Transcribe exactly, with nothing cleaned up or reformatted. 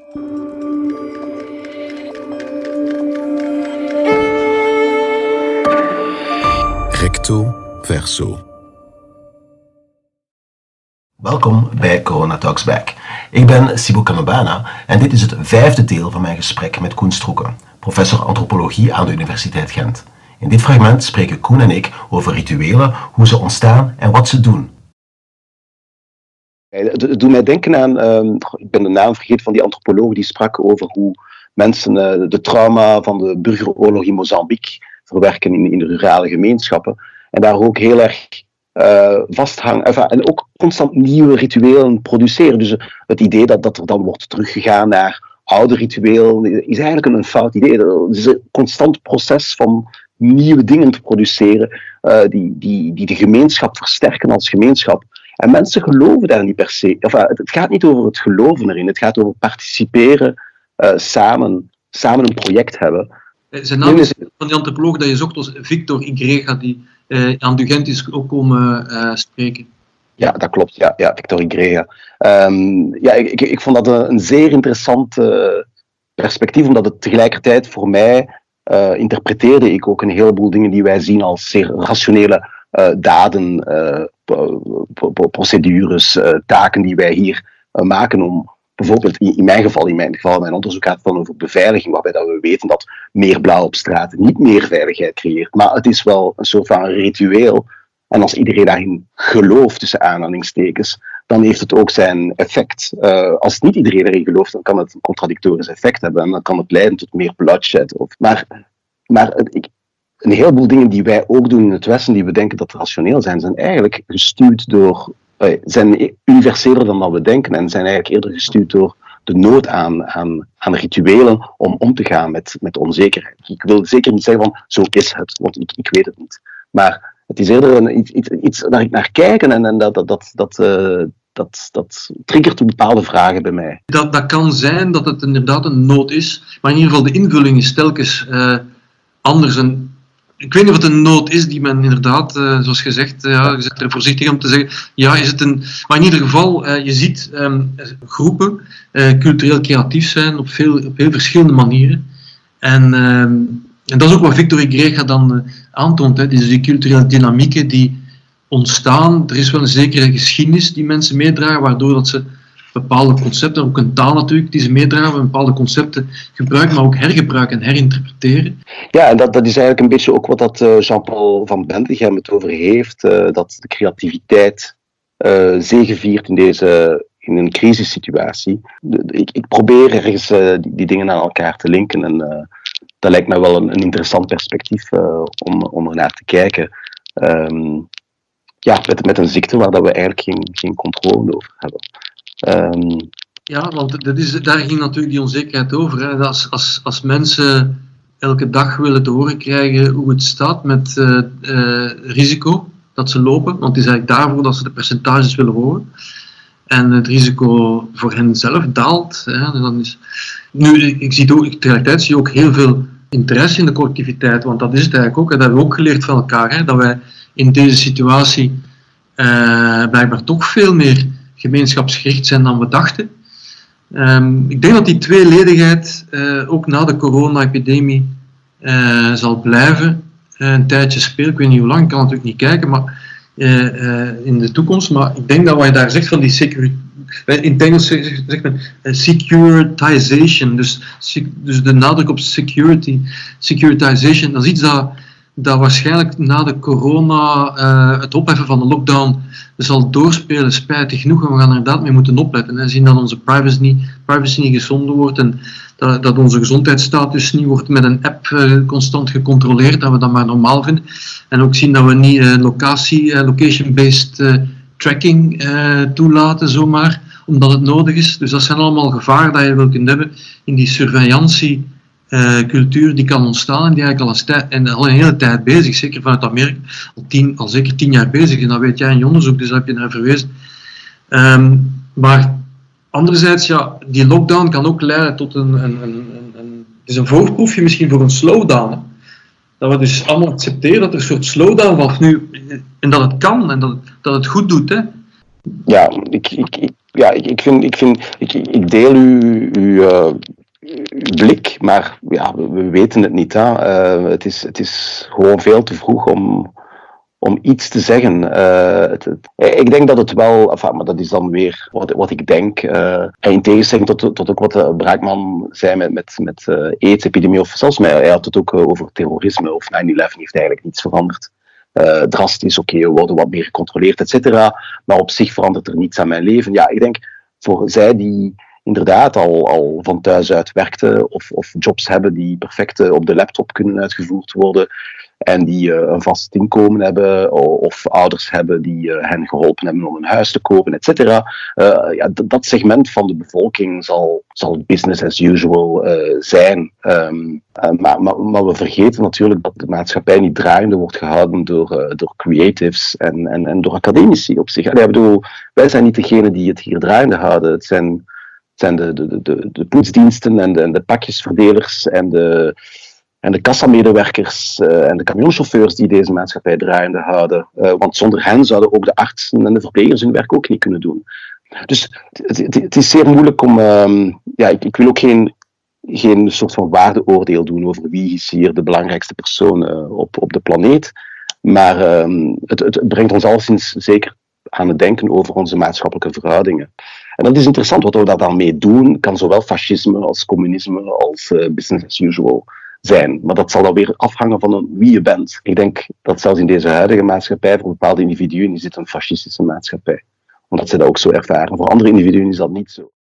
Recto verso. Welkom bij Corona Talks Back. Ik ben Sibo Kamabana en dit is het vijfde deel van mijn gesprek met Koen Stroeken, professor antropologie aan de Universiteit Gent. In dit fragment spreken Koen en ik over rituelen, hoe ze ontstaan en wat ze doen. Het doet mij denken aan, uh, ik ben de naam vergeten van die antropoloog die sprak over hoe mensen uh, de trauma van de burgeroorlog in Mozambique verwerken in, in de rurale gemeenschappen. En daar ook heel erg uh, vasthangen enfin, en ook constant nieuwe rituelen produceren. Dus uh, het idee dat, dat er dan wordt teruggegaan naar oude rituelen is eigenlijk een, een fout idee. Het is een constant proces van nieuwe dingen te produceren uh, die, die, die de gemeenschap versterken als gemeenschap. En mensen geloven daar niet per se. Enfin, het gaat niet over het geloven erin, het gaat over participeren, uh, samen, samen een project hebben. Zijn naam is van die antropoloog dat je zocht was Victor Igrega, die uh, aan de Gent is ook komen uh, spreken. Ja, dat klopt. Ja, ja Victor Igrega. Um, ja, ik, ik vond dat een, een zeer interessant uh, perspectief, omdat het tegelijkertijd voor mij uh, interpreteerde ik ook een heleboel dingen die wij zien als zeer rationele uh, daden, uh, procedures, uh, taken die wij hier uh, maken om bijvoorbeeld in, in mijn geval, in mijn geval, mijn onderzoek gaat dan over beveiliging, waarbij dat we weten dat meer blauw op straat niet meer veiligheid creëert. Maar het is wel een soort van ritueel. En als iedereen daarin gelooft, tussen aanhalingstekens, dan heeft het ook zijn effect. Uh, als niet iedereen erin gelooft, dan kan het een contradictorisch effect hebben. En dan kan het leiden tot meer bloodshed. Of, maar maar het, ik, een heleboel dingen die wij ook doen in het Westen, die we denken dat rationeel zijn, zijn eigenlijk gestuurd door... zijn universeler dan dat we denken en zijn eigenlijk eerder gestuurd door de nood aan, aan, aan rituelen om om te gaan met, met onzekerheid. Ik wil zeker niet zeggen van, zo is het, want ik, ik weet het niet. Maar het is eerder een, iets, iets, iets waar ik naar kijk en, en dat, dat, dat, dat, uh, dat, dat triggert bepaalde vragen bij mij. Dat, dat kan zijn dat het inderdaad een nood is, maar in ieder geval de invulling is telkens uh, anders. En ik weet niet of het een nood is die men inderdaad, uh, zoals gezegd, uh, ja, je zit er voorzichtig om te zeggen, ja, is het een... Maar in ieder geval, uh, je ziet um, groepen uh, cultureel creatief zijn op, veel, op heel verschillende manieren. En, um, en dat is ook wat Victor Igrega dan uh, aantoont, hè, dus die culturele dynamieken die ontstaan. Er is wel een zekere geschiedenis die mensen meedragen, waardoor dat ze bepaalde concepten, ook een taal natuurlijk, die ze meedragen, bepaalde concepten gebruiken, maar ook hergebruiken en herinterpreteren. Ja, en dat, dat is eigenlijk een beetje ook wat dat uh, Jean-Paul van Benteghem het over heeft, uh, dat de creativiteit uh, zegeviert in, deze, in een crisissituatie. De, de, ik, ik probeer ergens uh, die, die dingen aan elkaar te linken en uh, dat lijkt mij wel een, een interessant perspectief uh, om, om er naar te kijken. Um, ja, met, met een ziekte waar dat we eigenlijk geen, geen controle over hebben. Um, ja, want dat is, daar ging natuurlijk die onzekerheid over. Hè. Als, als, als mensen elke dag willen te horen krijgen hoe het staat met uh, uh, risico dat ze lopen, want het is eigenlijk daarvoor dat ze de percentages willen horen. En het risico voor hen zelf daalt. Hè. Dan is, nu, ik zie ook, tegelijkertijd zie je ook heel veel interesse in de collectiviteit, want dat is het eigenlijk ook. En dat hebben we ook geleerd van elkaar, hè, dat wij in deze situatie uh, blijkbaar toch veel meer gemeenschapsgericht zijn dan we dachten. Um, ik denk dat die tweeledigheid uh, ook na de corona-epidemie uh, zal blijven uh, een tijdje spelen. Ik weet niet hoe lang, ik kan natuurlijk niet kijken, maar uh, uh, in de toekomst. Maar ik denk dat wat je daar zegt van die security, in het Engels zegt men uh, securitization, dus, dus de nadruk op security, securitization, dat is iets dat dat waarschijnlijk na de corona, uh, het opheffen van de lockdown, zal doorspelen, spijtig genoeg. En we gaan er inderdaad mee moeten opletten. En zien dat onze privacy niet, privacy niet geschonden wordt en dat, dat onze gezondheidsstatus niet wordt met een app uh, constant gecontroleerd, dat we dat maar normaal vinden. En ook zien dat we niet uh, locatie, uh, location-based uh, tracking uh, toelaten zomaar, omdat het nodig is. Dus dat zijn allemaal gevaren dat je wel kunt hebben in die surveillantie Uh, cultuur die kan ontstaan en die eigenlijk al een, tijd, en al een hele tijd bezig, zeker vanuit Amerika, al, tien, al zeker tien jaar bezig, en dat weet jij in je onderzoek, dus daar heb je naar verwezen. Um, maar anderzijds, ja, die lockdown kan ook leiden tot een, een, een, een, een het is een voorproefje misschien voor een slowdown. Hè. Dat we dus allemaal accepteren dat er een soort slowdown valt nu, en dat het kan, en dat, dat het goed doet. Hè. Ja, ik, ik, ik, ja, ik, ik, vind, ik, vind, ik, ik deel uw, uw, uh, uw blik, maar ja, we, we weten het niet. Hè. Uh, het, is, het is gewoon veel te vroeg om, om iets te zeggen. Uh, het, het, ik denk dat het wel, enfin, maar dat is dan weer wat, wat ik denk. Uh, en in tegenstelling tot, tot ook wat uh, Braakman zei met, met, met uh, AIDS-epidemie, of zelfs mij, hij had het ook uh, over terrorisme of nine eleven, heeft eigenlijk niets veranderd. Uh, drastisch, oké, okay, we worden wat meer gecontroleerd, et cetera. Maar op zich verandert er niets aan mijn leven. Ja, ik denk, voor zij die inderdaad al, al van thuis uit werkten, of, of jobs hebben die perfect uh, op de laptop kunnen uitgevoerd worden, en die uh, een vast inkomen hebben, of ouders hebben die uh, hen geholpen hebben om een huis te kopen, et cetera. Uh, ja, d- dat segment van de bevolking zal, zal business as usual uh, zijn. Um, uh, maar, maar, maar we vergeten natuurlijk dat de maatschappij niet draaiende wordt gehouden door, uh, door creatives en, en, en door academici op zich. En, ja, ik bedoel, wij zijn niet degene die het hier draaiende houden. Het zijn, het zijn de, de, de, de poetsdiensten en de, en de pakjesverdelers en de... En de kassamedewerkers uh, en de camionchauffeurs die deze maatschappij draaiende houden. Uh, want zonder hen zouden ook de artsen en de verplegers hun werk ook niet kunnen doen. Dus het, het, het is zeer moeilijk om... Um, ja, ik, ik wil ook geen, geen soort van waardeoordeel doen over wie is hier de belangrijkste persoon uh, op, op de planeet. Maar um, het, het brengt ons alleszins zeker aan het denken over onze maatschappelijke verhoudingen. En dat is interessant, wat we daar dan mee doen, kan zowel fascisme als communisme als uh, business as usual zijn. Maar dat zal dan weer afhangen van wie je bent. Ik denk dat zelfs in deze huidige maatschappij, voor bepaalde individuen, is dit een fascistische maatschappij. Omdat ze dat ook zo ervaren. Voor andere individuen is dat niet zo.